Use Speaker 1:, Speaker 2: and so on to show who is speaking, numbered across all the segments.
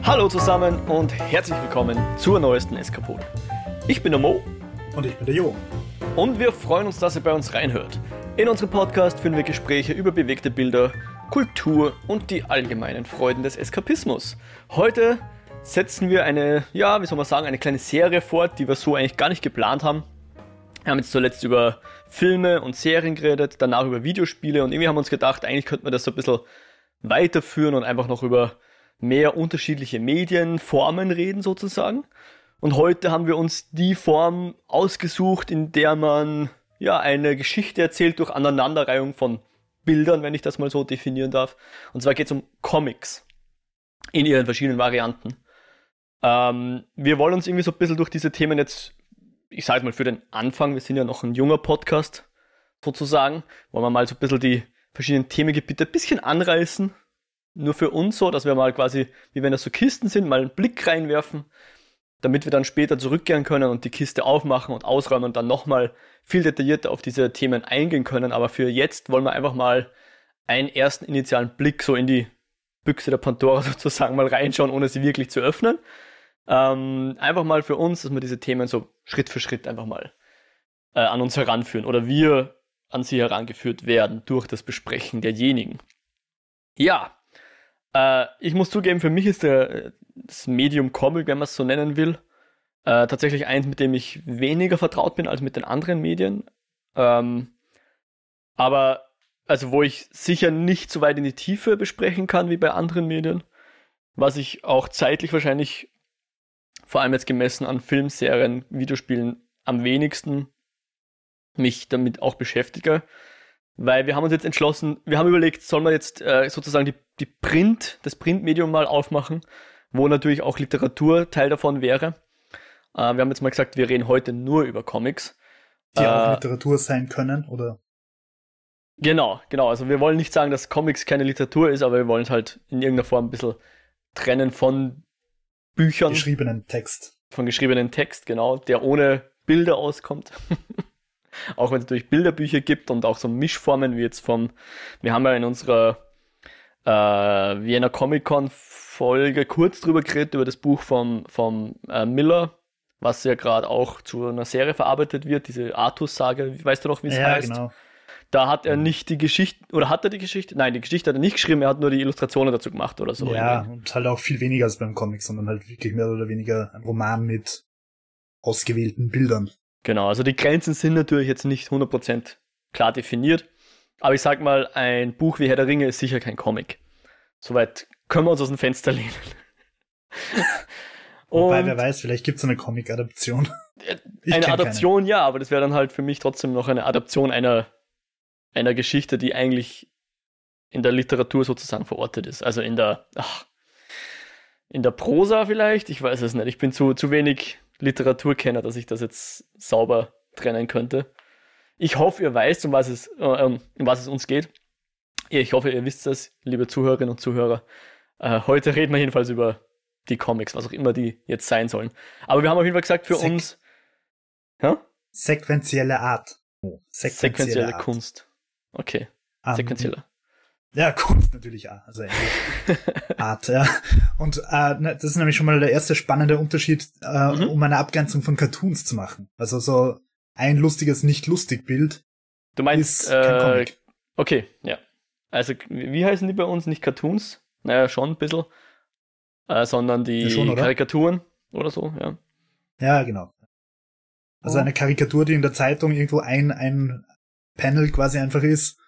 Speaker 1: Hallo zusammen und herzlich willkommen zur neuesten Eskapode. Ich bin der Mo.
Speaker 2: Und ich bin der Jo.
Speaker 1: Und wir freuen uns, dass ihr bei uns reinhört. In unserem Podcast führen wir Gespräche über bewegte Bilder, Kultur und die allgemeinen Freuden des Eskapismus. Heute setzen wir eine kleine Serie fort, die wir so eigentlich gar nicht geplant haben. Wir haben jetzt zuletzt über Filme und Serien geredet, danach über Videospiele und irgendwie haben wir uns gedacht, eigentlich könnte man das so ein bisschen weiterführen und einfach noch über mehr unterschiedliche Medienformen reden sozusagen. Und heute haben wir uns die Form ausgesucht, in der man eine Geschichte erzählt durch Aneinanderreihung von Bildern, wenn ich das mal so definieren darf. Und zwar geht es um Comics in ihren verschiedenen Varianten. Wir wollen uns irgendwie so ein bisschen durch diese Themen jetzt, ich sage mal für den Anfang, wir sind ja noch ein junger Podcast sozusagen, wollen wir mal so ein bisschen die verschiedenen Themengebiete ein bisschen anreißen. Nur für uns so, dass wir mal quasi, wie wenn das so Kisten sind, mal einen Blick reinwerfen, damit wir dann später zurückkehren können und die Kiste aufmachen und ausräumen und dann nochmal viel detaillierter auf diese Themen eingehen können. Aber für jetzt wollen wir einfach mal einen ersten initialen Blick so in die Büchse der Pandora sozusagen mal reinschauen, ohne sie wirklich zu öffnen. Einfach mal für uns, dass wir diese Themen so Schritt für Schritt einfach mal an uns heranführen oder wir an sie herangeführt werden durch das Besprechen derjenigen. Ja, ich muss zugeben, für mich ist das Medium Comic, wenn man es so nennen will, tatsächlich eins, mit dem ich weniger vertraut bin als mit den anderen Medien. Aber, also wo ich sicher nicht so weit in die Tiefe besprechen kann wie bei anderen Medien, was ich auch zeitlich wahrscheinlich, vor allem jetzt gemessen an Filmserien, Videospielen, am wenigsten mich damit auch beschäftige. Weil wir haben uns jetzt entschlossen, wir haben überlegt, sollen wir jetzt sozusagen das Printmedium mal aufmachen, wo natürlich auch Literatur Teil davon wäre. Wir haben jetzt mal gesagt, wir reden heute nur über Comics.
Speaker 2: Die auch Literatur sein können, oder?
Speaker 1: Genau. Also wir wollen nicht sagen, dass Comics keine Literatur ist, aber wir wollen es halt in irgendeiner Form ein bisschen trennen von Büchern. Von geschriebenen Text, genau, der ohne Bilder auskommt. Auch wenn es natürlich Bilderbücher gibt und auch so Mischformen wie jetzt wir haben ja in unserer Vienna Comic Con Folge kurz drüber geredet, über das Buch vom Miller, was ja gerade auch zu einer Serie verarbeitet wird, diese Artus-Sage, weißt du noch, wie es heißt? Ja, genau. Da hat er nicht die Geschichte, oder hat er die Geschichte? Nein, die Geschichte hat er nicht geschrieben, er hat nur die Illustrationen dazu gemacht oder so.
Speaker 2: Ja, und halt auch viel weniger als beim Comic, sondern halt wirklich mehr oder weniger ein Roman mit ausgewählten Bildern.
Speaker 1: Genau, also die Grenzen sind natürlich jetzt nicht 100% klar definiert, aber ich sag mal, ein Buch wie Herr der Ringe ist sicher kein Comic. Soweit können wir uns aus dem Fenster lehnen.
Speaker 2: Wobei, wer weiß, vielleicht gibt es eine Comic-Adaption.
Speaker 1: Eine Adaption, keine. Ja, aber das wäre dann halt für mich trotzdem noch eine Adaption einer Geschichte, die eigentlich in der Literatur sozusagen verortet ist. Also in der Prosa vielleicht, ich weiß es nicht. Ich bin zu wenig Literaturkenner, dass ich das jetzt sauber trennen könnte. Ich hoffe, ihr weißt, um was es uns geht. Ich hoffe, ihr wisst es, liebe Zuhörerinnen und Zuhörer. Heute reden wir jedenfalls über die Comics, was auch immer die jetzt sein sollen. Aber wir haben auf jeden Fall gesagt, für uns... Ja?
Speaker 2: Sequentielle Art.
Speaker 1: Sequentielle Kunst. Okay. Sequentielle.
Speaker 2: Ja, Kunst natürlich auch. Also Art, ja. Und das ist nämlich schon mal der erste spannende Unterschied, um eine Abgrenzung von Cartoons zu machen. Also so ein lustiges Nicht-Lustig-Bild.
Speaker 1: Du meinst,
Speaker 2: ist kein Comic.
Speaker 1: Okay, ja. Also, wie heißen die bei uns? Nicht Cartoons? Naja, schon ein bisschen. Sondern die Karikaturen oder so, ja.
Speaker 2: Ja, genau. Also eine Karikatur, die in der Zeitung irgendwo ein Panel quasi einfach ist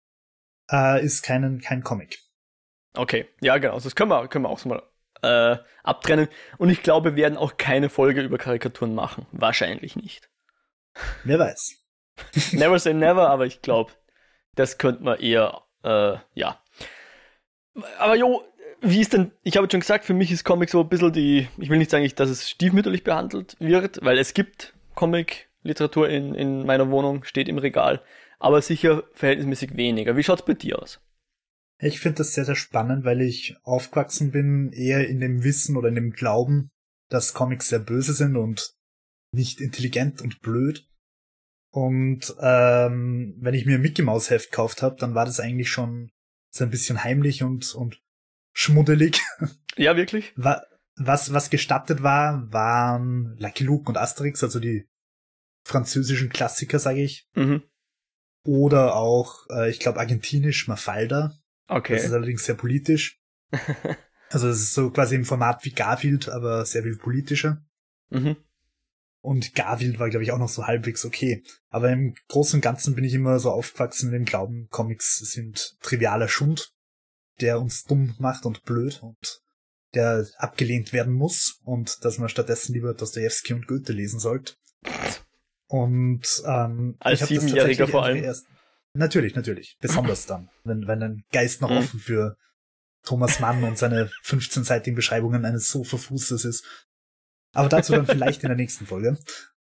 Speaker 2: kein Comic.
Speaker 1: Okay, ja genau, das können wir auch so mal abtrennen. Und ich glaube, wir werden auch keine Folge über Karikaturen machen. Wahrscheinlich nicht.
Speaker 2: Wer weiß.
Speaker 1: Never say never, aber ich glaube, das könnte man eher, ja. Aber jo, wie ist denn, ich habe schon gesagt, für mich ist Comic so ein bisschen ich will nicht sagen, dass es stiefmütterlich behandelt wird, weil es gibt Comic-Literatur in meiner Wohnung, steht im Regal, aber sicher verhältnismäßig weniger. Wie schaut's bei dir aus?
Speaker 2: Ich finde das sehr, sehr spannend, weil ich aufgewachsen bin eher in dem Wissen oder in dem Glauben, dass Comics sehr böse sind und nicht intelligent und blöd. Und wenn ich mir ein Mickey Mouse Heft gekauft habe, dann war das eigentlich schon so ein bisschen heimlich und schmuddelig.
Speaker 1: Ja, wirklich?
Speaker 2: was gestattet war, waren Lucky Luke und Asterix, also die französischen Klassiker, sage ich.
Speaker 1: Mhm.
Speaker 2: Oder auch, ich glaube, argentinisch Mafalda.
Speaker 1: Okay.
Speaker 2: Das ist allerdings sehr politisch. Also es ist so quasi im Format wie Garfield, aber sehr viel politischer.
Speaker 1: Mhm.
Speaker 2: Und Garfield war, glaube ich, auch noch so halbwegs okay. Aber im Großen und Ganzen bin ich immer so aufgewachsen mit dem Glauben, Comics sind trivialer Schund, der uns dumm macht und blöd und der abgelehnt werden muss und dass man stattdessen lieber Dostojewski und Goethe lesen sollte. Und
Speaker 1: als
Speaker 2: ich hab
Speaker 1: 7-Jähriger vor allem.
Speaker 2: Natürlich. Besonders dann, wenn dein Geist noch offen für Thomas Mann und seine 15-seitigen Beschreibungen eines Sofa-Fußes ist. Aber dazu dann vielleicht in der nächsten Folge.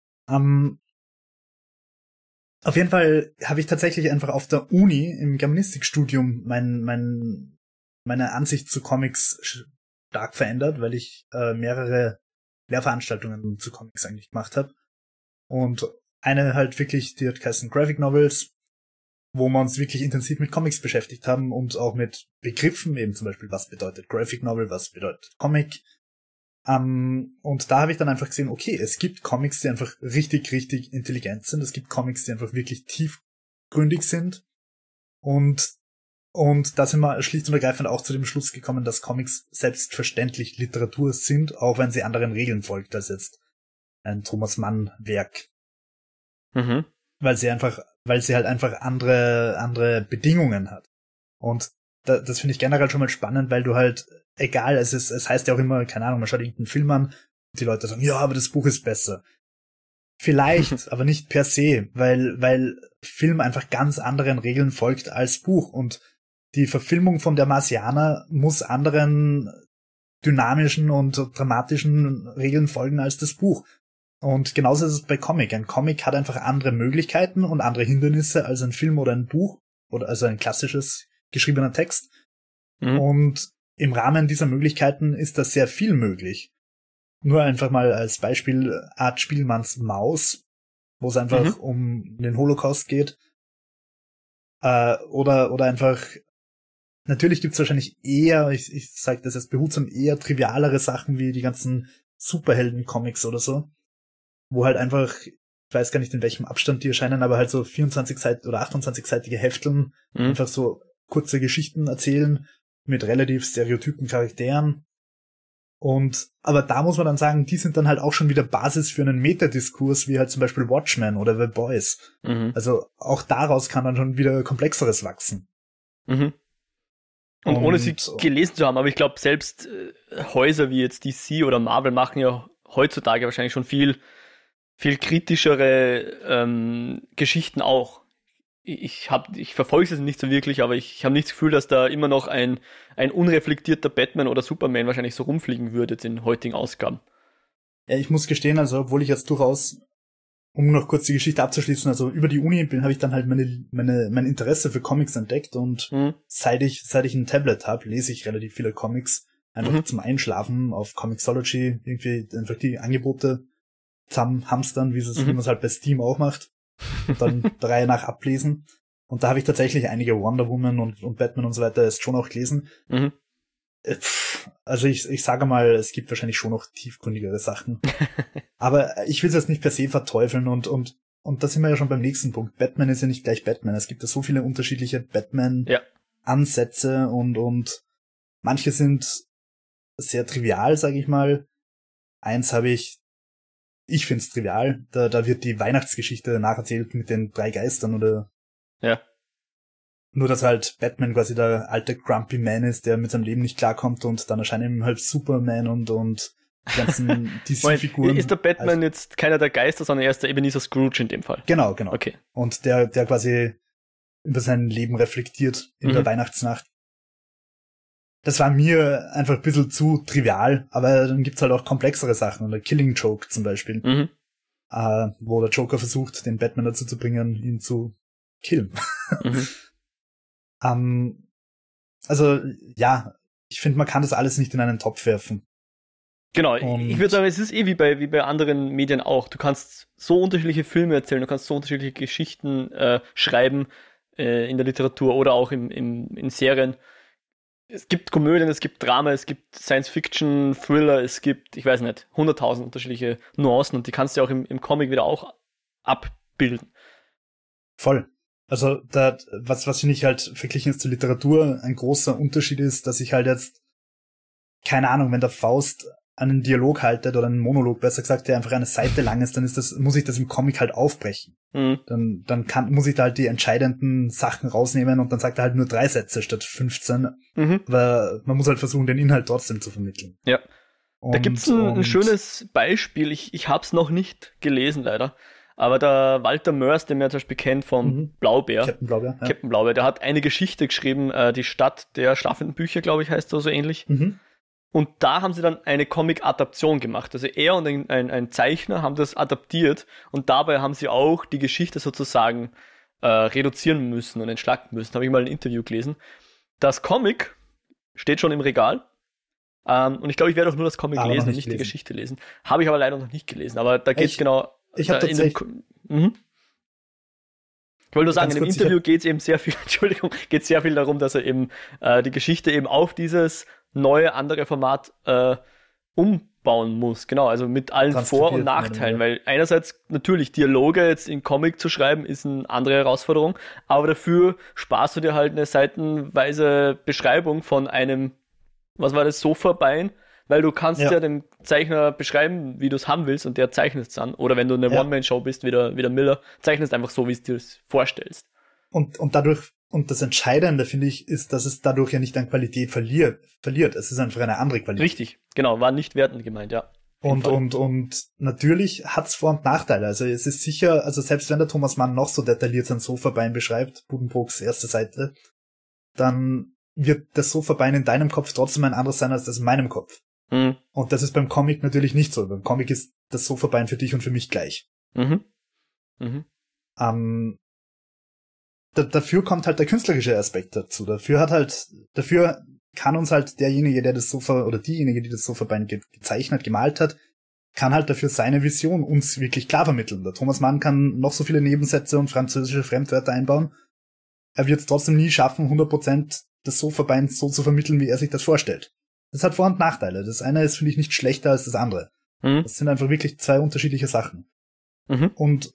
Speaker 2: Auf jeden Fall habe ich tatsächlich einfach auf der Uni im Germanistikstudium meine Ansicht zu Comics stark verändert, weil ich mehrere Lehrveranstaltungen zu Comics eigentlich gemacht habe. Und eine halt wirklich, die hat geheißen Graphic Novels, wo wir uns wirklich intensiv mit Comics beschäftigt haben und auch mit Begriffen, eben zum Beispiel, was bedeutet Graphic Novel, was bedeutet Comic. Und da habe ich dann einfach gesehen, okay, es gibt Comics, die einfach richtig, richtig intelligent sind. Es gibt Comics, die einfach wirklich tiefgründig sind. Und da sind wir schlicht und ergreifend auch zu dem Schluss gekommen, dass Comics selbstverständlich Literatur sind, auch wenn sie anderen Regeln folgt als jetzt ein Thomas Mann-Werk.
Speaker 1: Mhm.
Speaker 2: Weil sie halt einfach andere Bedingungen hat. Und das finde ich generell schon mal spannend, weil du halt, egal, es heißt ja auch immer, keine Ahnung, man schaut irgendeinen Film an und die Leute sagen, ja, aber das Buch ist besser. Vielleicht, aber nicht per se, weil Film einfach ganz anderen Regeln folgt als Buch und die Verfilmung von der Marsianer muss anderen dynamischen und dramatischen Regeln folgen als das Buch. Und genauso ist es bei Comic. Ein Comic hat einfach andere Möglichkeiten und andere Hindernisse als ein Film oder ein Buch oder also ein klassisches geschriebener Text. Mhm. Und im Rahmen dieser Möglichkeiten ist da sehr viel möglich. Nur einfach mal als Beispiel Art Spielmanns Maus, wo es einfach um den Holocaust geht. Oder einfach, natürlich gibt's wahrscheinlich eher, ich sage das jetzt behutsam, eher trivialere Sachen wie die ganzen Superhelden-Comics oder so, wo halt einfach, ich weiß gar nicht in welchem Abstand die erscheinen, aber halt so 24 oder 28-seitige Hefteln einfach so kurze Geschichten erzählen mit relativ stereotypen Charakteren. Aber da muss man dann sagen, die sind dann halt auch schon wieder Basis für einen Metadiskurs, wie halt zum Beispiel Watchmen oder The Boys. Mhm. Also auch daraus kann dann schon wieder Komplexeres wachsen.
Speaker 1: Mhm. Und ohne sie gelesen zu haben, aber ich glaube, selbst Häuser wie jetzt DC oder Marvel machen ja heutzutage wahrscheinlich schon viel kritischere Geschichten auch. Ich verfolge es nicht so wirklich, aber ich habe nicht das Gefühl, dass da immer noch ein unreflektierter Batman oder Superman wahrscheinlich so rumfliegen würde jetzt in heutigen Ausgaben.
Speaker 2: Ja, ich muss gestehen, also obwohl ich jetzt durchaus, um noch kurz die Geschichte abzuschließen, also über die Uni habe ich dann halt mein Interesse für Comics entdeckt und seit ich ein Tablet habe, lese ich relativ viele Comics, einfach zum Einschlafen auf Comixology, irgendwie einfach die Angebote zusammen hamstern, wie man es halt bei Steam auch macht. Und dann der Reihe nach ablesen. Und da habe ich tatsächlich einige Wonder Woman und Batman und so weiter erst schon auch gelesen. Mhm. Also ich sage mal, es gibt wahrscheinlich schon noch tiefgründigere Sachen. Aber ich will es jetzt nicht per se verteufeln und da sind wir ja schon beim nächsten Punkt. Batman ist ja nicht gleich Batman. Es gibt ja so viele unterschiedliche Batman-Ansätze und manche sind sehr trivial, sage ich mal. Eins habe ich finde es trivial, da wird die Weihnachtsgeschichte nacherzählt mit den 3 Geistern oder nur, dass halt Batman quasi der alte Grumpy Man ist, der mit seinem Leben nicht klarkommt und dann erscheinen ihm halt Superman und die ganzen DC-Figuren.
Speaker 1: Ist der Batman jetzt keiner der Geister, sondern er ist der Ebenezer Scrooge in dem Fall?
Speaker 2: Genau.
Speaker 1: Okay.
Speaker 2: Und der quasi über sein Leben reflektiert in der Weihnachtsnacht. Das war mir einfach ein bisschen zu trivial, aber dann gibt's halt auch komplexere Sachen. Oder Killing Joke zum Beispiel, wo der Joker versucht, den Batman dazu zu bringen, ihn zu killen. Also ja, ich finde, man kann das alles nicht in einen Topf werfen.
Speaker 1: Genau, ich würde sagen, es ist wie bei anderen Medien auch. Du kannst so unterschiedliche Filme erzählen, du kannst so unterschiedliche Geschichten schreiben in der Literatur oder auch in Serien. es gibt Komödien, es gibt Drama, es gibt Science-Fiction, Thriller, es gibt, ich weiß nicht, 100.000 unterschiedliche Nuancen und die kannst du auch im Comic wieder auch abbilden.
Speaker 2: Voll. Also was finde ich halt verglichen ist zur Literatur ein großer Unterschied ist, dass ich halt jetzt, keine Ahnung, wenn der Faust einen Dialog haltet oder einen Monolog, besser gesagt, der einfach eine Seite lang ist, dann muss ich das im Comic halt aufbrechen. Dann muss ich da halt die entscheidenden Sachen rausnehmen und dann sagt er halt nur 3 Sätze statt 15. Weil man muss halt versuchen, den Inhalt trotzdem zu vermitteln.
Speaker 1: Ja. Da gibt's ein schönes Beispiel, ich hab's noch nicht gelesen leider, aber der Walter Mörs, den man ja zum Beispiel kennt vom Blaubeer, Captain Blaubeer, der hat eine Geschichte geschrieben, die Stadt der schlafenden Bücher, glaube ich, heißt das so ähnlich. Und da haben sie dann eine Comic-Adaption gemacht. Also er und ein Zeichner haben das adaptiert und dabei haben sie auch die Geschichte sozusagen reduzieren müssen und entschlacken müssen. Habe ich mal ein Interview gelesen. Das Comic steht schon im Regal. Und ich glaube, ich werde auch nur das Comic lesen und nicht die Geschichte lesen. Habe ich aber leider noch nicht gelesen. Aber da geht es genau...
Speaker 2: Ich habe tatsächlich...
Speaker 1: Ich wollte nur sagen, in dem Interview geht es eben sehr viel, geht sehr viel darum, dass er eben die Geschichte eben auf dieses neue, andere Format umbauen muss. Genau, also mit allen Vor- und Nachteilen, weil einerseits natürlich Dialoge jetzt in Comic zu schreiben ist eine andere Herausforderung, aber dafür sparst du dir halt eine seitenweise Beschreibung von einem, was war das, Sofabein, weil du kannst ja dem Zeichner beschreiben, wie du es haben willst und der zeichnet es dann. Oder wenn du eine One-Man-Show bist, wie der Miller, zeichnest einfach so, wie es dir vorstellst. Und
Speaker 2: dadurch, und das Entscheidende, finde ich, ist, dass es dadurch ja nicht an Qualität verliert. Es ist einfach eine andere Qualität.
Speaker 1: Richtig, genau, war nicht wertend gemeint, ja.
Speaker 2: Und natürlich hat's Vor- und Nachteile. Also es ist sicher, also selbst wenn der Thomas Mann noch so detailliert sein Sofabein beschreibt, Buddenbrooks erste Seite, dann wird das Sofabein in deinem Kopf trotzdem ein anderes sein als das in meinem Kopf. Und das ist beim Comic natürlich nicht so. Beim Comic ist das Sofabein für dich und für mich gleich. Dafür kommt halt der künstlerische Aspekt dazu. Dafür kann uns halt derjenige, der das Sofa, oder diejenige, die das Sofabein gezeichnet, gemalt hat, kann halt dafür seine Vision uns wirklich klar vermitteln. Der Thomas Mann kann noch so viele Nebensätze und französische Fremdwörter einbauen. Er wird es trotzdem nie schaffen, 100% das Sofabein so zu vermitteln, wie er sich das vorstellt. Das hat Vor- und Nachteile. Das eine ist, finde ich, nicht schlechter als das andere. Das sind einfach wirklich 2 unterschiedliche Sachen. Und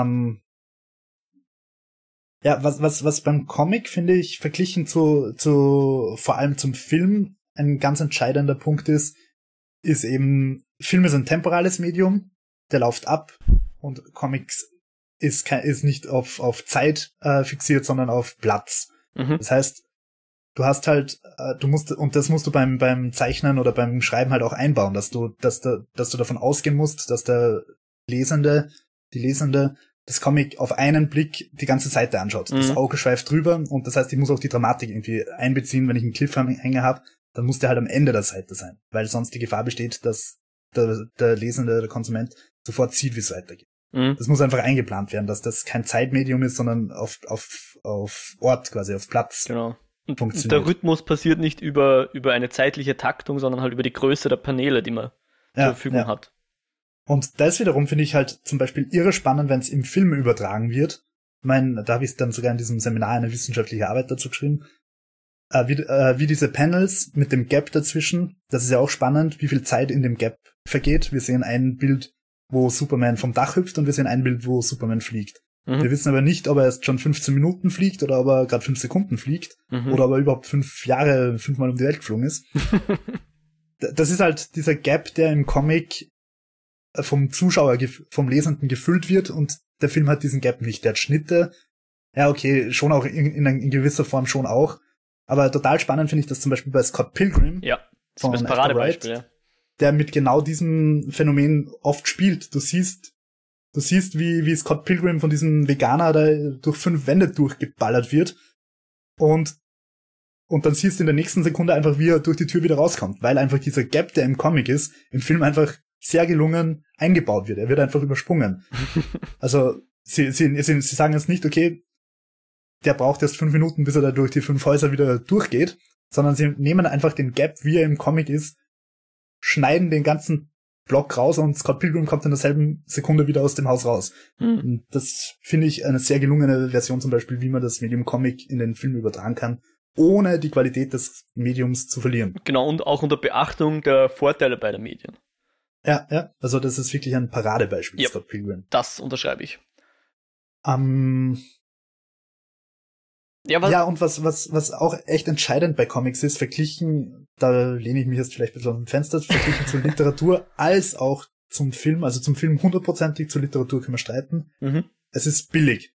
Speaker 2: was beim Comic, finde ich, verglichen zu vor allem zum Film ein ganz entscheidender Punkt ist eben, Film ist ein temporales Medium, der läuft ab und Comics ist nicht auf Zeit fixiert, sondern auf Platz. Das heißt, du hast halt, das musst du beim Zeichnen oder beim Schreiben halt auch einbauen, dass du davon ausgehen musst, dass die Lesende das Comic auf einen Blick die ganze Seite anschaut. Das Auge schweift drüber und das heißt, ich muss auch die Dramatik irgendwie einbeziehen. Wenn ich einen Cliffhanger habe, dann muss der halt am Ende der Seite sein, weil sonst die Gefahr besteht, dass der Lesende, der Konsument sofort sieht, wie es weitergeht. Das muss einfach eingeplant werden, dass das kein Zeitmedium ist, sondern auf Ort quasi, auf Platz.
Speaker 1: Genau. Und der Rhythmus passiert nicht über eine zeitliche Taktung, sondern halt über die Größe der Paneele, die man zur Verfügung hat.
Speaker 2: Und das wiederum finde ich halt zum Beispiel irre spannend, wenn es im Film übertragen wird. Ich meine, da habe ich dann sogar in diesem Seminar eine wissenschaftliche Arbeit dazu geschrieben. Wie diese Panels mit dem Gap dazwischen, das ist ja auch spannend, wie viel Zeit in dem Gap vergeht. Wir sehen ein Bild, wo Superman vom Dach hüpft und wir sehen ein Bild, wo Superman fliegt. Wir wissen aber nicht, ob er erst schon 15 Minuten fliegt oder ob er gerade 5 Sekunden fliegt oder ob er überhaupt 5 Jahre 5-mal um die Welt geflogen ist. Das ist halt dieser Gap, der im Comic vom Zuschauer, vom Lesenden gefüllt wird und der Film hat diesen Gap nicht. Der hat Schnitte, ja okay, schon auch in gewisser Form schon auch, aber total spannend finde ich das zum Beispiel bei Scott Pilgrim.
Speaker 1: Ja, das ist ein Paradebeispiel, ja.
Speaker 2: Der mit genau diesem Phänomen oft spielt. Du siehst, wie Scott Pilgrim von diesem Veganer da durch 5 Wände durchgeballert wird und dann siehst du in der nächsten Sekunde einfach, wie er durch die Tür wieder rauskommt, weil einfach dieser Gap, der im Comic ist, im Film einfach sehr gelungen eingebaut wird. Er wird einfach übersprungen. Also sie sagen jetzt nicht, okay, der braucht erst 5 Minuten, bis er da durch die 5 Häuser wieder durchgeht, sondern sie nehmen einfach den Gap, wie er im Comic ist, schneiden den ganzen Block raus und Scott Pilgrim kommt in derselben Sekunde wieder aus dem Haus raus. Und das finde ich eine sehr gelungene Version zum Beispiel, wie man das Medium Comic in den Film übertragen kann. ohne die Qualität des Mediums zu verlieren.
Speaker 1: Genau, und auch unter Beachtung der Vorteile beider Medien.
Speaker 2: Ja, also das ist wirklich ein Paradebeispiel,
Speaker 1: Yep,
Speaker 2: Scott Pilgrim.
Speaker 1: Das unterschreibe ich.
Speaker 2: Ja, und was auch echt entscheidend bei Comics ist, verglichen, da lehne ich mich jetzt vielleicht ein bisschen aus dem Fenster, verglichen zur Literatur als auch zum Film, also zum Film 100%, zur Literatur können wir streiten. Es ist billig.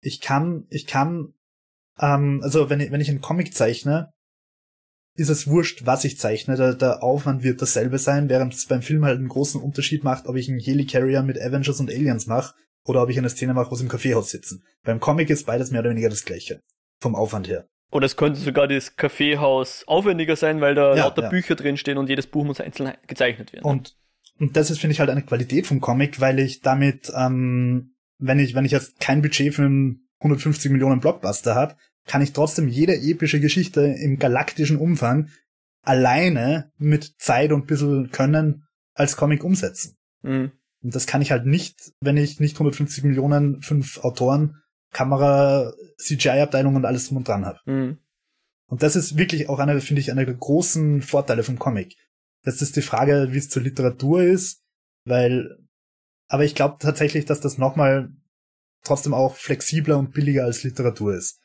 Speaker 2: Also wenn ich einen Comic zeichne, ist es wurscht, was ich zeichne, der Aufwand wird dasselbe sein, während es beim Film halt einen großen Unterschied macht, ob ich einen Helicarrier mit Avengers und Aliens mache oder ob ich eine Szene mache, wo sie im Kaffeehaus sitzen. Beim Comic ist beides mehr oder weniger das Gleiche. Vom Aufwand her.
Speaker 1: Oder es könnte sogar das Kaffeehaus aufwendiger sein, weil da lauter Bücher drinstehen und jedes Buch muss einzeln gezeichnet werden.
Speaker 2: Und das ist, finde ich, halt eine Qualität vom Comic, weil ich damit, wenn ich jetzt kein Budget für einen 150 Millionen Blockbuster habe, kann ich trotzdem jede epische Geschichte im galaktischen Umfang alleine mit Zeit und ein bisschen Können als Comic umsetzen. Und das kann ich halt nicht, wenn ich nicht 150 Millionen, 5 Autoren, Kamera, CGI-Abteilung und alles drum und dran habe. Und das ist wirklich auch finde ich, einer der großen Vorteile vom Comic. Das ist die Frage, wie es zur Literatur ist, aber ich glaube tatsächlich, dass das nochmal trotzdem auch flexibler und billiger als Literatur ist.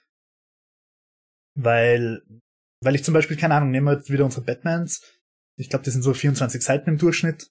Speaker 2: Weil ich zum Beispiel, keine Ahnung, nehmen wir jetzt wieder unsere Batmans. Ich glaube, die sind so 24 Seiten im Durchschnitt.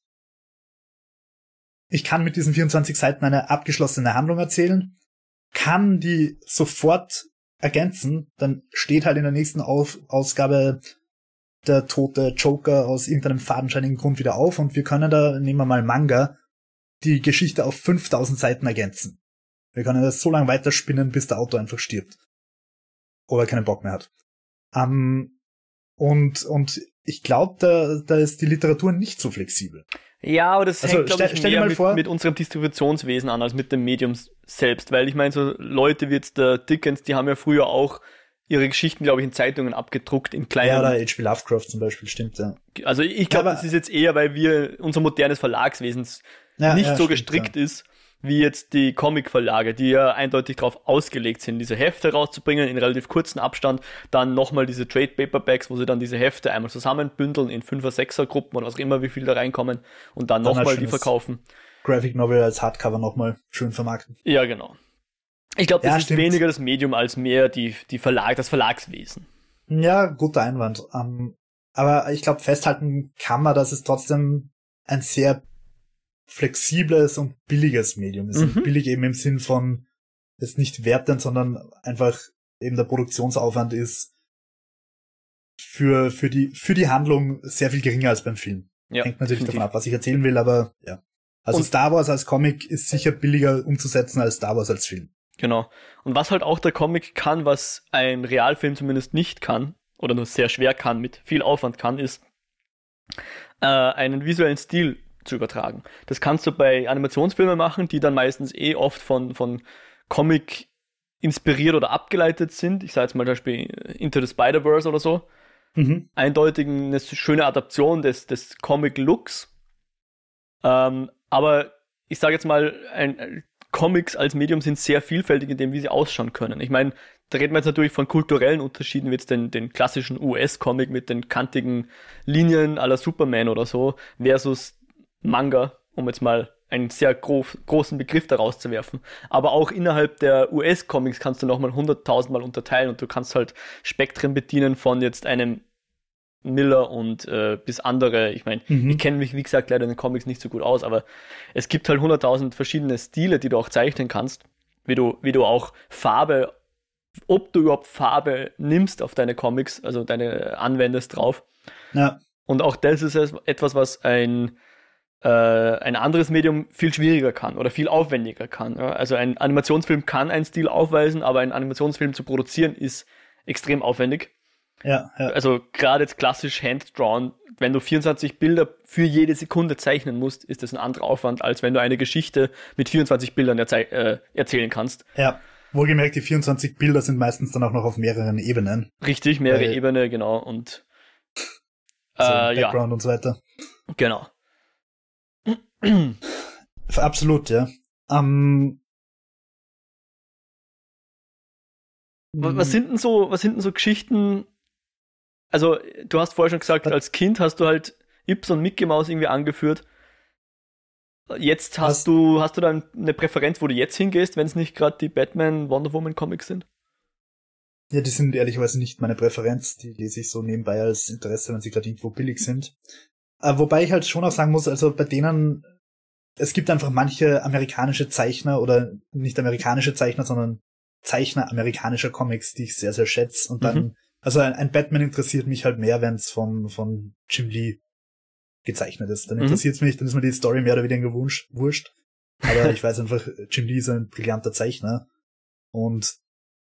Speaker 2: Ich kann mit diesen 24 Seiten eine abgeschlossene Handlung erzählen, kann die sofort ergänzen, dann steht halt in der nächsten Ausgabe der tote Joker aus irgendeinem fadenscheinigen Grund wieder auf und wir können da, nehmen wir mal Manga, die Geschichte auf 5000 Seiten ergänzen. Wir können das so lange weiterspinnen, bis der Autor einfach stirbt. Oder keinen Bock mehr hat. Und ich glaube, da ist die Literatur nicht so flexibel.
Speaker 1: Ja, aber das hängt, glaube ich, mehr
Speaker 2: mit
Speaker 1: unserem Distributionswesen an, als mit dem Medium selbst. Weil ich meine, so Leute wie jetzt der Dickens, die haben ja früher auch ihre Geschichten, glaube ich, in Zeitungen abgedruckt, in kleinen...
Speaker 2: Ja, oder H.P. Lovecraft zum Beispiel, stimmt, ja.
Speaker 1: Also ich glaube, das ist jetzt eher, weil unser modernes Verlagswesen nicht so gestrickt ist, wie jetzt die Comic-Verlage, die ja eindeutig darauf ausgelegt sind, diese Hefte rauszubringen in relativ kurzen Abstand, dann nochmal diese Trade-Paperbacks, wo sie dann diese Hefte einmal zusammenbündeln in 5er, 6er Gruppen oder was auch immer, wie viel da reinkommen und dann nochmal die verkaufen.
Speaker 2: Graphic Novel als Hardcover nochmal schön vermarkten.
Speaker 1: Ja, genau. Ich glaube, das ist weniger das Medium als mehr das Verlagswesen.
Speaker 2: Ja, guter Einwand. Aber ich glaube, festhalten kann man, dass es trotzdem ein sehr flexibles und billiges Medium ist. Und billig eben im Sinn von, ist nicht wertend, sondern einfach eben der Produktionsaufwand ist für die Handlung sehr viel geringer als beim Film.
Speaker 1: Ja,
Speaker 2: hängt natürlich davon ab, was ich erzählen will, aber ja. Also und Star Wars als Comic ist sicher billiger umzusetzen als Star Wars als Film.
Speaker 1: Genau. Und was halt auch der Comic kann, was ein Realfilm zumindest nicht kann, oder nur sehr schwer kann, mit viel Aufwand kann, ist einen visuellen Stil zu übertragen. Das kannst du bei Animationsfilmen machen, die dann meistens oft von Comic inspiriert oder abgeleitet sind. Ich sage jetzt mal zum Beispiel Into the Spider-Verse oder so. Eindeutig eine schöne Adaption des Comic-Looks. Aber ich sage jetzt mal, Comics als Medium sind sehr vielfältig in dem, wie sie ausschauen können. Ich meine, da reden wir jetzt natürlich von kulturellen Unterschieden, wie jetzt den klassischen US-Comic mit den kantigen Linien à la Superman oder so, versus Manga, um jetzt mal einen sehr großen Begriff daraus zu werfen. Aber auch innerhalb der US-Comics kannst du nochmal 100.000 Mal unterteilen und du kannst halt Spektren bedienen von jetzt einem Miller und bis andere. Ich meine, ich kenne mich, wie gesagt, leider in den Comics nicht so gut aus, aber es gibt halt 100.000 verschiedene Stile, die du auch zeichnen kannst, wie du auch Farbe, ob du überhaupt Farbe nimmst auf deine Comics, also deine anwendest drauf.
Speaker 2: Ja.
Speaker 1: Und auch das ist etwas, was ein anderes Medium viel schwieriger kann oder viel aufwendiger kann. Ja? Also ein Animationsfilm kann einen Stil aufweisen, aber einen Animationsfilm zu produzieren ist extrem aufwendig.
Speaker 2: Ja.
Speaker 1: Also gerade jetzt klassisch hand-drawn, wenn du 24 Bilder für jede Sekunde zeichnen musst, ist das ein anderer Aufwand, als wenn du eine Geschichte mit 24 Bildern erzählen kannst.
Speaker 2: Ja, wohlgemerkt, die 24 Bilder sind meistens dann auch noch auf mehreren Ebenen.
Speaker 1: Richtig, mehrere Ebenen, genau. Und
Speaker 2: Background und so weiter.
Speaker 1: Genau.
Speaker 2: Absolut, ja.
Speaker 1: Was sind denn so Geschichten? Also, du hast vorher schon gesagt, als Kind hast du halt Yps und Mickey Mouse irgendwie angeführt. Jetzt hast du dann eine Präferenz, wo du jetzt hingehst, wenn es nicht gerade die Batman, Wonder Woman Comics sind?
Speaker 2: Ja, die sind ehrlicherweise nicht meine Präferenz. Die lese ich so nebenbei als Interesse, wenn sie gerade irgendwo billig sind. Wobei ich halt schon auch sagen muss, also bei denen, es gibt einfach manche amerikanische Zeichner oder nicht amerikanische Zeichner, sondern Zeichner amerikanischer Comics, die ich sehr, sehr schätze. Und dann, also ein Batman interessiert mich halt mehr, wenn es von Jim Lee gezeichnet ist. Dann interessiert es mich, dann ist mir die Story mehr oder weniger wurscht. Aber ich weiß einfach, Jim Lee ist ein brillanter Zeichner. Und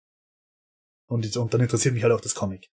Speaker 2: dann interessiert mich halt auch das Comic.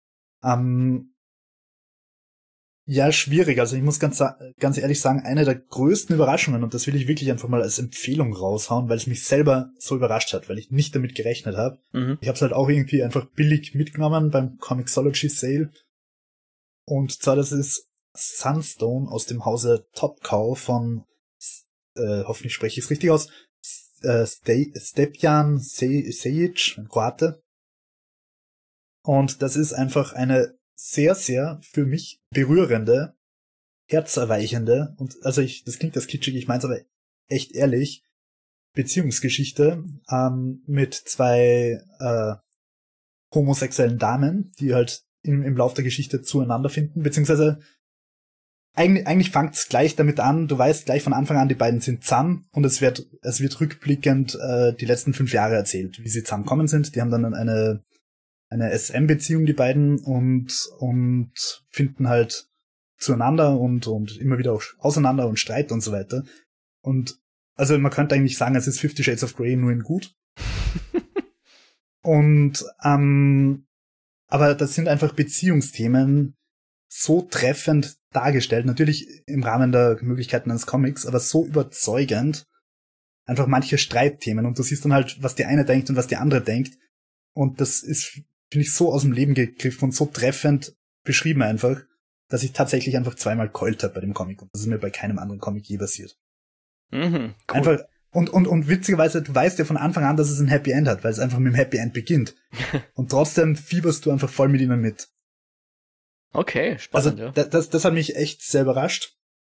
Speaker 2: Ja, schwierig. Also ich muss ganz ehrlich sagen, eine der größten Überraschungen, und das will ich wirklich einfach mal als Empfehlung raushauen, weil es mich selber so überrascht hat, weil ich nicht damit gerechnet habe. Ich habe es halt auch irgendwie einfach billig mitgenommen beim Comixology Sale. Und zwar, das ist Sunstone aus dem Hause Top Cow von, hoffentlich spreche ich es richtig aus, Stepjan Sejic, ein Kroate. Und das ist einfach eine sehr, sehr für mich berührende, herzerweichende und also das klingt das kitschig, ich meine es aber echt ehrlich, Beziehungsgeschichte mit zwei homosexuellen Damen, die halt im Lauf der Geschichte zueinander finden, beziehungsweise eigentlich fängt es gleich damit an, du weißt gleich von Anfang an, die beiden sind zusammen und es wird rückblickend die letzten 5 Jahre erzählt, wie sie zusammengekommen sind. Die haben dann eine SM-Beziehung, die beiden, und finden halt zueinander und immer wieder auch auseinander und Streit und so weiter. Und also man könnte eigentlich sagen, es ist 50 Shades of Grey nur in gut. Und aber das sind einfach Beziehungsthemen so treffend dargestellt, natürlich im Rahmen der Möglichkeiten eines Comics, aber so überzeugend, einfach manche Streitthemen, und du siehst dann halt, was die eine denkt und was die andere denkt, und das ist, finde ich, so aus dem Leben gegriffen und so treffend beschrieben einfach, dass ich tatsächlich einfach zweimal geheult habe bei dem Comic, und das ist mir bei keinem anderen Comic je passiert.
Speaker 1: Cool.
Speaker 2: Einfach, und witzigerweise, du weißt ja von Anfang an, dass es ein Happy End hat, weil es einfach mit dem Happy End beginnt. Und trotzdem fieberst du einfach voll mit ihnen mit.
Speaker 1: Okay, spannend,
Speaker 2: also,
Speaker 1: ja.
Speaker 2: Das hat mich echt sehr überrascht.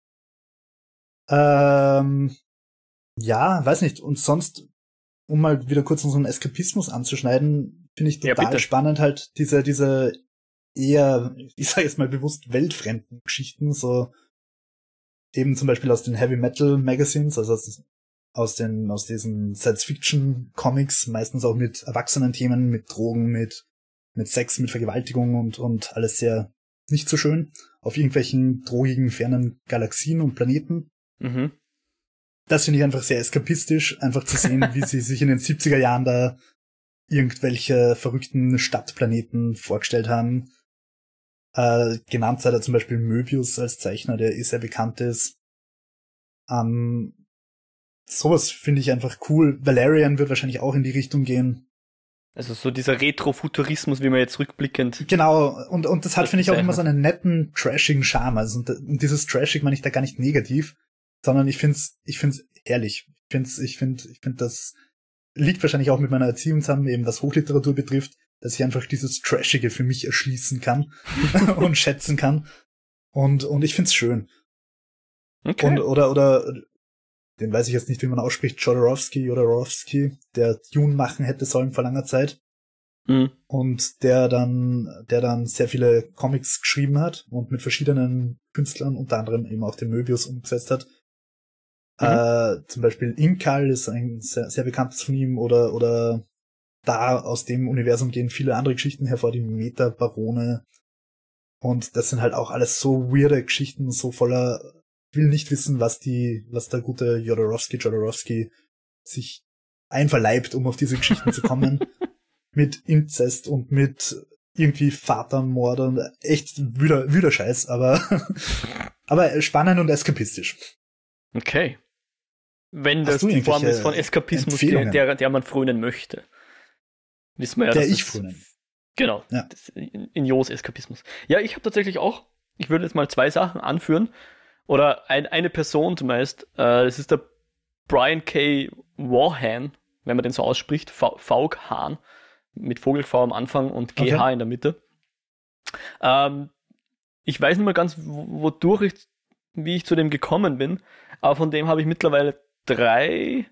Speaker 2: Ja, weiß nicht. Und sonst, um mal wieder kurz unseren Eskapismus anzuschneiden, finde ich total spannend halt diese eher, ich sage jetzt mal bewusst, weltfremden Geschichten, so eben zum Beispiel aus den Heavy Metal Magazines, also aus diesen Science-Fiction-Comics, meistens auch mit erwachsenen Themen, mit Drogen, mit Sex, mit Vergewaltigung und alles sehr nicht so schön, auf irgendwelchen drogigen, fernen Galaxien und Planeten. Das finde ich einfach sehr eskapistisch, einfach zu sehen, wie sie sich in den 70er Jahren da irgendwelche verrückten Stadtplaneten vorgestellt haben. Genannt sei da zum Beispiel Möbius als Zeichner, der sehr bekannt ist. Sowas finde ich einfach cool. Valerian wird wahrscheinlich auch in die Richtung gehen.
Speaker 1: Also so dieser Retrofuturismus, wie man jetzt rückblickend...
Speaker 2: Genau, und das hat, finde ich, auch immer so einen netten, trashigen Charme. Also, und dieses Trashig meine ich da gar nicht negativ, sondern ich find's herrlich. Ich finde, das liegt wahrscheinlich auch mit meiner Erziehung zusammen, eben was Hochliteratur betrifft, dass ich einfach dieses Trashige für mich erschließen kann und schätzen kann. Und ich find's schön.
Speaker 1: Okay.
Speaker 2: Und, oder, den weiß ich jetzt nicht, wie man ausspricht, Jodorowsky, der Dune machen hätte sollen vor langer Zeit. Und der dann sehr viele Comics geschrieben hat und mit verschiedenen Künstlern, unter anderem eben auch den Möbius umgesetzt hat. Zum Beispiel Inkal ist ein sehr, sehr bekanntes von ihm, oder da aus dem Universum gehen viele andere Geschichten hervor, die Meta-Barone. Und das sind halt auch alles so weirde Geschichten, so voller, ich will nicht wissen, was der gute Jodorowsky sich einverleibt, um auf diese Geschichten zu kommen. Mit Inzest und mit irgendwie Vatermord und echt wüder Scheiß, aber spannend und eskapistisch.
Speaker 1: Okay. Wenn das die Form ist von Eskapismus, der man frönen möchte. Wissen wir ja, ich frönen. Genau. Ja. In Jos Eskapismus. Ja, ich habe tatsächlich auch, ich würde jetzt mal 2 Sachen anführen. Oder eine Person zumeist. Das ist der Brian K. Vaughan, wenn man den so ausspricht. Vaughan. mit Vogelv am Anfang und GH in der Mitte. Ich weiß nicht mehr ganz, wie ich zu dem gekommen bin, aber von dem habe ich mittlerweile drei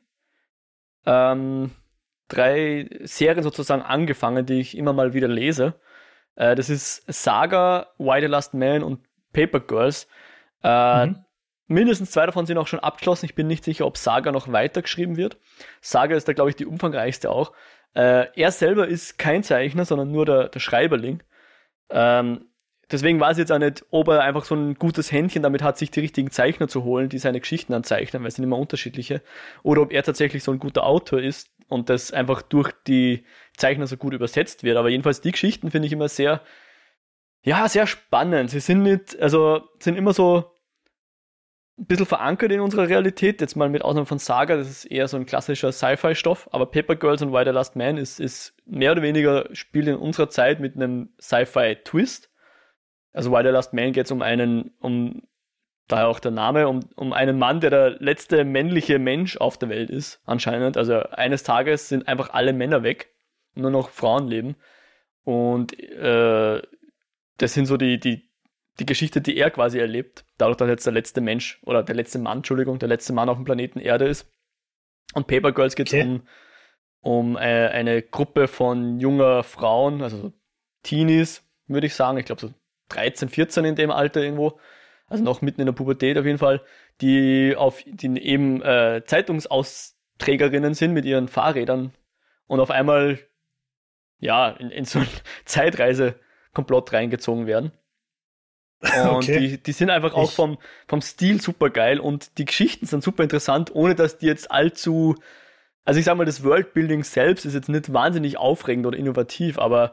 Speaker 1: Serien sozusagen angefangen, die ich immer mal wieder lese. Das ist Saga, Why the Last Man und Paper Girls. Mindestens 2 davon sind auch schon abgeschlossen. Ich bin nicht sicher, ob Saga noch weitergeschrieben wird. Saga ist da, glaube ich, die umfangreichste auch. Er selber ist kein Zeichner, sondern nur der Schreiberling. Deswegen weiß ich jetzt auch nicht, ob er einfach so ein gutes Händchen damit hat, sich die richtigen Zeichner zu holen, die seine Geschichten dann zeichnen, weil es sind immer unterschiedliche. Oder ob er tatsächlich so ein guter Autor ist und das einfach durch die Zeichner so gut übersetzt wird. Aber jedenfalls die Geschichten finde ich immer sehr spannend. Sie sind sind immer so ein bisschen verankert in unserer Realität. Jetzt mal mit Ausnahme von Saga, das ist eher so ein klassischer Sci-Fi-Stoff. Aber Paper Girls und Why the Last Man ist mehr oder weniger spielt in unserer Zeit mit einem Sci-Fi-Twist. Also Why the Last Man geht es daher auch der Name, um einen Mann, der letzte männliche Mensch auf der Welt ist, anscheinend. Also eines Tages sind einfach alle Männer weg, nur noch Frauen leben. Und das sind so die Geschichte, die er quasi erlebt, dadurch, dass jetzt der letzte Mann auf dem Planeten Erde ist. Und Paper Girls geht es um eine Gruppe von junger Frauen, also Teenies, würde ich sagen, ich glaube so 13, 14 in dem Alter irgendwo, also noch mitten in der Pubertät auf jeden Fall, die eben Zeitungsausträgerinnen sind mit ihren Fahrrädern und auf einmal in so einen Zeitreise-Komplott reingezogen werden. Und die sind einfach auch vom Stil super geil und die Geschichten sind super interessant, ohne dass die jetzt also ich sag mal, das Worldbuilding selbst ist jetzt nicht wahnsinnig aufregend oder innovativ, aber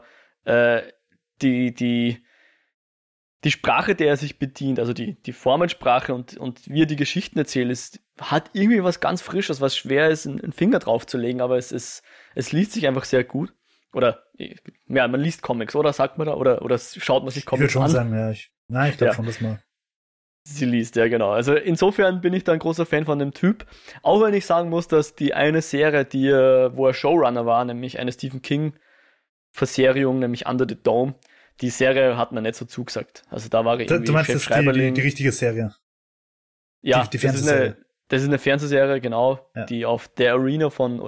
Speaker 1: die Sprache, der er sich bedient, also die Formelsprache und wie er die Geschichten erzählt, hat irgendwie was ganz Frisches, was schwer ist, einen Finger drauf zu legen, aber es liest sich einfach sehr gut. Oder, man liest Comics, oder sagt man da? Oder schaut man sich Comics an?
Speaker 2: Ich würde schon sagen, ich glaube schon, dass man...
Speaker 1: Sie liest, ja genau. Also insofern bin ich da ein großer Fan von dem Typ. Auch wenn ich sagen muss, dass die eine Serie, wo er Showrunner war, nämlich eine Stephen King-Verserierung, nämlich Under the Dome, die Serie hat mir nicht so zugesagt. Also da war irgendwie
Speaker 2: Du meinst jetzt die richtige Serie?
Speaker 1: Ja,
Speaker 2: die Fernsehserie.
Speaker 1: Das ist eine Fernsehserie, genau,
Speaker 2: ja.
Speaker 1: die auf die Arena von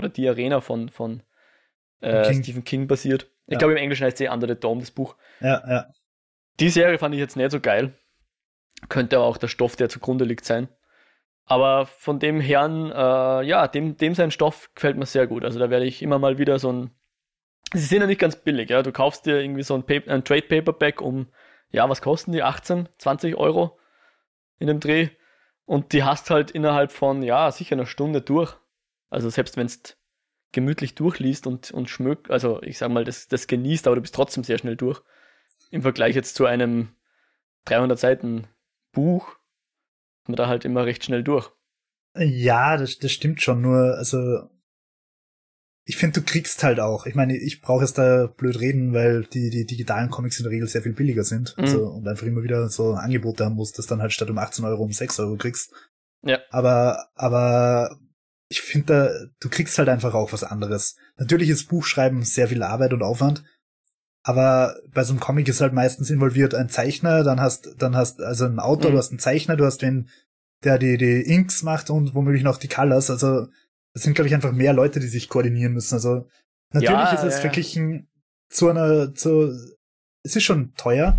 Speaker 1: Stephen King basiert. Ich glaube, im Englischen heißt sie Under the Dome, das Buch.
Speaker 2: Ja.
Speaker 1: Die Serie fand ich jetzt nicht so geil. Könnte aber auch der Stoff, der zugrunde liegt, sein. Aber von dem Herrn, dem sein Stoff gefällt mir sehr gut. Also da werde ich immer mal wieder sie sind ja nicht ganz billig, ja. Du kaufst dir irgendwie so ein Trade Paperback was kosten die? 18, 20 Euro in dem Dreh. Und die hast halt innerhalb von, sicher einer Stunde durch. Also selbst wenn es gemütlich durchliest und schmückt, also ich sag mal, das genießt, aber du bist trotzdem sehr schnell durch. Im Vergleich jetzt zu einem 300 Seiten Buch, kommt man da halt immer recht schnell durch.
Speaker 2: Ja, das stimmt schon, nur, also ich finde, du kriegst halt auch, ich meine, ich brauche jetzt da blöd reden, weil die digitalen Comics in der Regel sehr viel billiger sind, also, und einfach immer wieder so Angebote haben musst, dass dann halt statt um 18 Euro um 6 Euro kriegst.
Speaker 1: Ja.
Speaker 2: Aber ich finde, du kriegst halt einfach auch was anderes. Natürlich ist Buchschreiben sehr viel Arbeit und Aufwand, aber bei so einem Comic ist halt meistens involviert ein Zeichner, dann hast also ein Autor, du hast einen Zeichner, du hast den, der die Inks macht und womöglich noch die Colors, also es sind, glaube ich, einfach mehr Leute, die sich koordinieren müssen. Also natürlich ist es verglichen es ist schon teuer,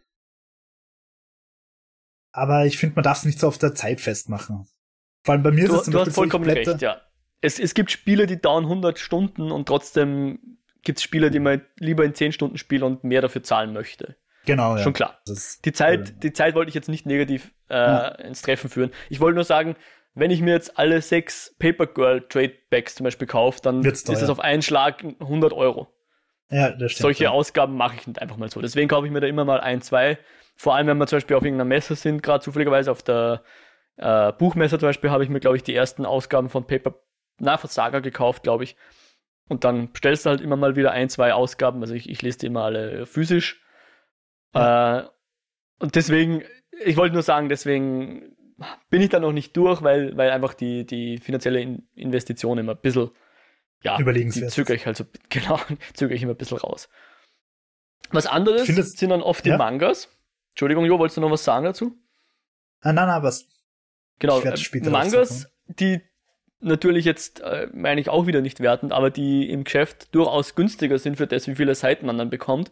Speaker 2: aber ich finde, man darf es nicht so auf der Zeit festmachen. Vor allem bei mir ist es zum Beispiel
Speaker 1: hast vollkommen recht, ja. Es gibt Spiele, die dauern 100 Stunden und trotzdem gibt es Spiele, die man lieber in 10 Stunden spielt und mehr dafür zahlen möchte.
Speaker 2: Genau, ja.
Speaker 1: Schon klar. Die Zeit wollte ich jetzt nicht negativ ins Treffen führen. Ich wollte nur sagen, wenn ich mir jetzt alle 6 Paper Girl Trade Packs zum Beispiel kaufe, dann ist es auf einen Schlag 100 Euro.
Speaker 2: Ja, das stimmt.
Speaker 1: Solche Ausgaben mache ich nicht einfach mal so. Deswegen kaufe ich mir da immer mal 1, 2. Vor allem, wenn wir zum Beispiel auf irgendeiner Messe sind, gerade zufälligerweise auf der Buchmesse zum Beispiel, habe ich mir, glaube ich, die ersten Ausgaben von Saga gekauft, glaube ich. Und dann bestellst du halt immer mal wieder 1, 2 Ausgaben. Also ich lese die immer alle physisch. Ja. Und deswegen, ich wollte nur sagen, deswegen bin ich da noch nicht durch, weil einfach die finanzielle Investition immer ein bisschen ja, die zögere ich halt so, genau, zögere ich immer ein bisschen raus. Was anderes sind dann oft die Mangas. Entschuldigung, Jo, wolltest du noch was sagen dazu?
Speaker 2: Nein, was?
Speaker 1: Genau, Mangas, die natürlich jetzt, meine ich auch wieder nicht wertend, aber die im Geschäft durchaus günstiger sind für das, wie viele Seiten man dann bekommt.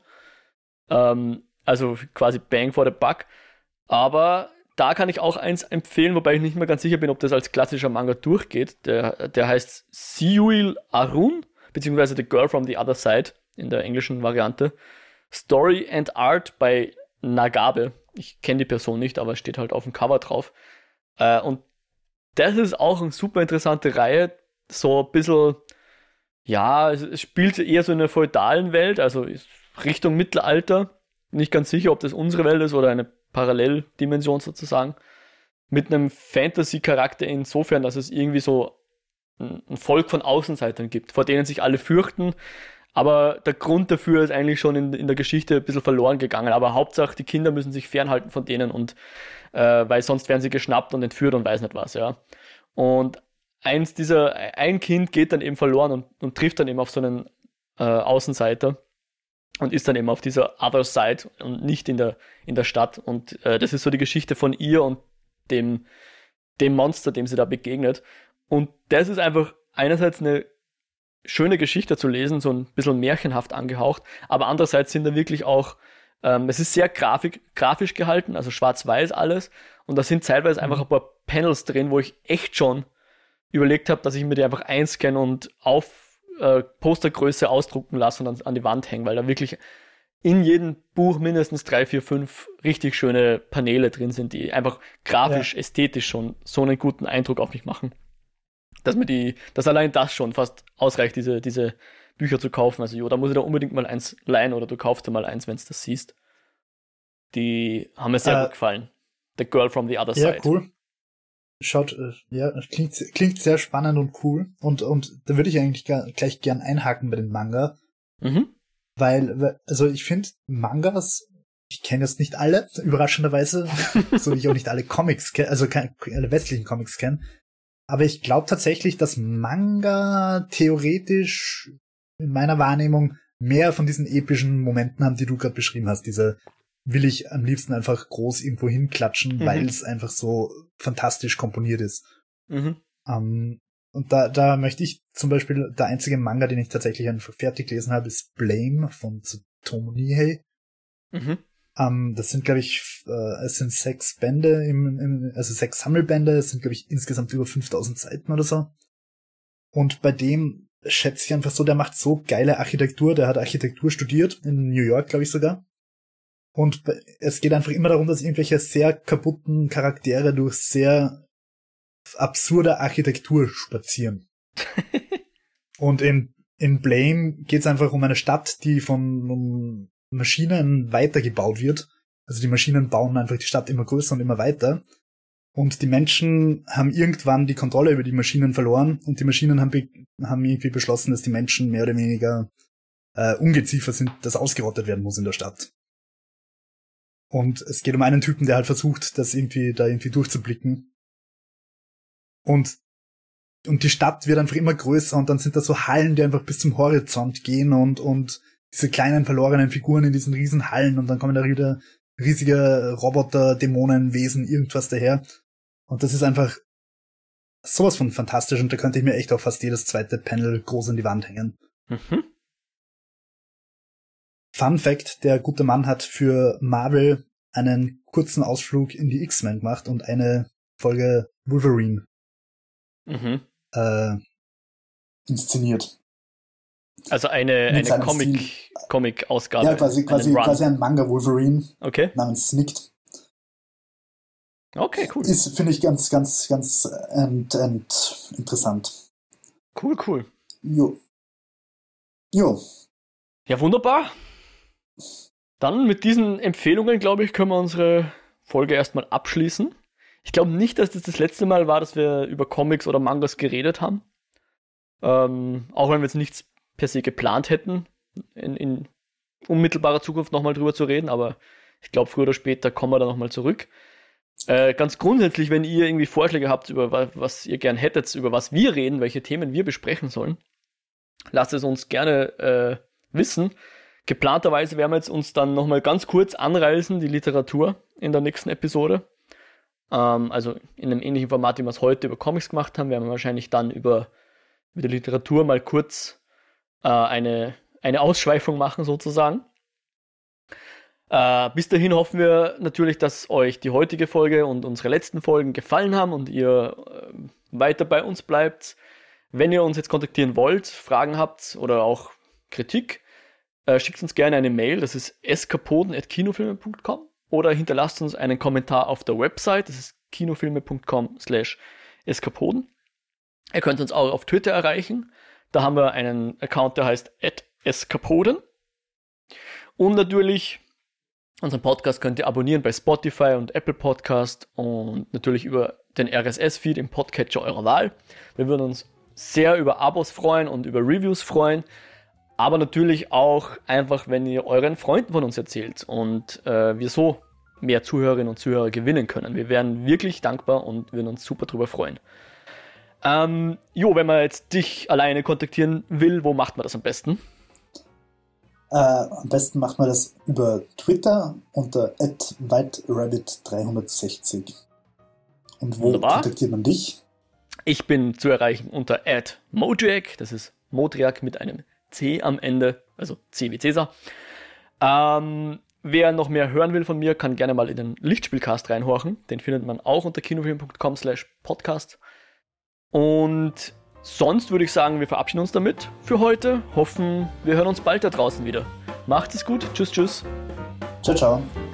Speaker 1: Also quasi Bang for the Buck. Aber da kann ich auch eins empfehlen, wobei ich nicht mehr ganz sicher bin, ob das als klassischer Manga durchgeht. Der heißt Seiyuil Arun, beziehungsweise The Girl from the Other Side in der englischen Variante. Story and Art bei Nagabe. Ich kenne die Person nicht, aber es steht halt auf dem Cover drauf. Und das ist auch eine super interessante Reihe. So ein bisschen, ja, es spielt eher so in einer feudalen Welt, also Richtung Mittelalter. Nicht ganz sicher, ob das unsere Welt ist oder eine Paralleldimension sozusagen. Mit einem Fantasy-Charakter insofern, dass es irgendwie so ein Volk von Außenseitern gibt, vor denen sich alle fürchten. Aber der Grund dafür ist eigentlich schon in der Geschichte ein bisschen verloren gegangen. Aber Hauptsache, die Kinder müssen sich fernhalten von denen, und weil sonst werden sie geschnappt und entführt und weiß nicht was, ja. Und ein Kind geht dann eben verloren und trifft dann eben auf so einen Außenseiter und ist dann eben auf dieser Other Side und nicht in der Stadt. Und das ist so die Geschichte von ihr und dem Monster, dem sie da begegnet. Und das ist einfach einerseits eine schöne Geschichte zu lesen, so ein bisschen märchenhaft angehaucht, aber andererseits sind da wirklich auch, es ist sehr grafisch gehalten, also schwarz-weiß alles, und da sind zeitweise einfach ein paar Panels drin, wo ich echt schon überlegt habe, dass ich mir die einfach einscanne und auf Postergröße ausdrucken lasse und dann an die Wand hängen, weil da wirklich in jedem Buch mindestens 3, 4, 5 richtig schöne Paneele drin sind, die einfach grafisch, ästhetisch schon so einen guten Eindruck auf mich machen. Dass allein das schon fast ausreicht, diese Bücher zu kaufen. Also, da muss ich da unbedingt mal eins leihen, oder du kaufst dir mal eins, wenn du das siehst. Die haben mir sehr gut gefallen. The Girl from the Other Side.
Speaker 2: Ja, cool. Klingt sehr spannend und cool. Und da würde ich eigentlich gleich gern einhaken bei den Manga.
Speaker 1: Mhm.
Speaker 2: Weil, also ich finde Mangas, ich kenne jetzt nicht alle, überraschenderweise, so wie ich auch nicht alle Comics kenne, also alle westlichen Comics kenne. Aber ich glaube tatsächlich, dass Manga theoretisch in meiner Wahrnehmung mehr von diesen epischen Momenten haben, die du gerade beschrieben hast. Diese will ich am liebsten einfach groß irgendwo hinklatschen, weil es einfach so fantastisch komponiert ist.
Speaker 1: Mhm.
Speaker 2: Und da möchte ich zum Beispiel, der einzige Manga, den ich tatsächlich einfach fertig gelesen habe, ist Blame von Tsutomu Nihei.
Speaker 1: Mhm.
Speaker 2: Das sind, glaube ich, es sind 6 Bände, also 6 Sammelbände, es sind, glaube ich, insgesamt über 5000 Seiten oder so. Und bei dem schätze ich einfach so, der macht so geile Architektur, der hat Architektur studiert, in New York, glaube ich sogar. Und es geht einfach immer darum, dass irgendwelche sehr kaputten Charaktere durch sehr absurde Architektur spazieren. Und in Blame geht es einfach um eine Stadt, die von Maschinen weitergebaut wird. Also die Maschinen bauen einfach die Stadt immer größer und immer weiter. Und die Menschen haben irgendwann die Kontrolle über die Maschinen verloren, und die Maschinen haben irgendwie beschlossen, dass die Menschen mehr oder weniger Ungeziefer sind, das ausgerottet werden muss in der Stadt. Und es geht um einen Typen, der halt versucht, das irgendwie durchzublicken. Und die Stadt wird einfach immer größer, und dann sind da so Hallen, die einfach bis zum Horizont gehen, und diese kleinen verlorenen Figuren in diesen riesen Hallen, und dann kommen da wieder riesige Roboter, Dämonen, Wesen, irgendwas daher. Und das ist einfach sowas von fantastisch, und da könnte ich mir echt auch fast jedes zweite Panel groß in die Wand hängen.
Speaker 1: Mhm.
Speaker 2: Fun Fact, der gute Mann hat für Marvel einen kurzen Ausflug in die X-Men gemacht und eine Folge Wolverine inszeniert.
Speaker 1: Also eine Comic-Ausgabe.
Speaker 2: Ja, quasi ein Manga Wolverine namens Snicked.
Speaker 1: Okay, cool.
Speaker 2: Ist, finde ich, ganz, ganz, ganz interessant.
Speaker 1: Cool.
Speaker 2: Jo.
Speaker 1: Ja, wunderbar. Dann mit diesen Empfehlungen, glaube ich, können wir unsere Folge erstmal abschließen. Ich glaube nicht, dass das letzte Mal war, dass wir über Comics oder Mangas geredet haben. Auch wenn wir jetzt nichts per se geplant hätten, in unmittelbarer Zukunft nochmal drüber zu reden, aber ich glaube, früher oder später kommen wir da nochmal zurück. Ganz grundsätzlich, wenn ihr irgendwie Vorschläge habt, über was ihr gern hättet, über was wir reden, welche Themen wir besprechen sollen, lasst es uns gerne wissen. Geplanterweise werden wir jetzt uns dann nochmal ganz kurz anreißen, die Literatur in der nächsten Episode. Also in einem ähnlichen Format, wie wir es heute über Comics gemacht haben, werden wir wahrscheinlich dann über die Literatur mal kurz eine Ausschweifung machen sozusagen. Bis dahin hoffen wir natürlich, dass euch die heutige Folge und unsere letzten Folgen gefallen haben und ihr weiter bei uns bleibt. Wenn ihr uns jetzt kontaktieren wollt, Fragen habt oder auch Kritik, schickt uns gerne eine Mail, das ist eskapoden@kinofilme.com oder hinterlasst uns einen Kommentar auf der Website, das ist kinofilme.com/eskapoden. Ihr könnt uns auch auf Twitter erreichen, da haben wir einen Account, der heißt @eskapoden. Und natürlich unseren Podcast könnt ihr abonnieren bei Spotify und Apple Podcast und natürlich über den RSS-Feed im Podcatcher eurer Wahl. Wir würden uns sehr über Abos freuen und über Reviews freuen, aber natürlich auch einfach, wenn ihr euren Freunden von uns erzählt und wir so mehr Zuhörerinnen und Zuhörer gewinnen können. Wir wären wirklich dankbar und würden uns super drüber freuen. Wenn man jetzt dich alleine kontaktieren will, wo macht man das am besten?
Speaker 2: Am besten macht man das über Twitter unter @whiterabbit360. Und wo kontaktiert man dich?
Speaker 1: Ich bin zu erreichen unter @modriak, das ist Modriak mit einem C am Ende, also C wie Cäsar. Wer noch mehr hören will von mir, kann gerne mal in den Lichtspielcast reinhorchen. Den findet man auch unter kinofilm.com/podcast. Und sonst würde ich sagen, wir verabschieden uns damit für heute. Hoffen, wir hören uns bald da draußen wieder. Macht es gut. Tschüss, tschüss.
Speaker 2: Ciao, ciao.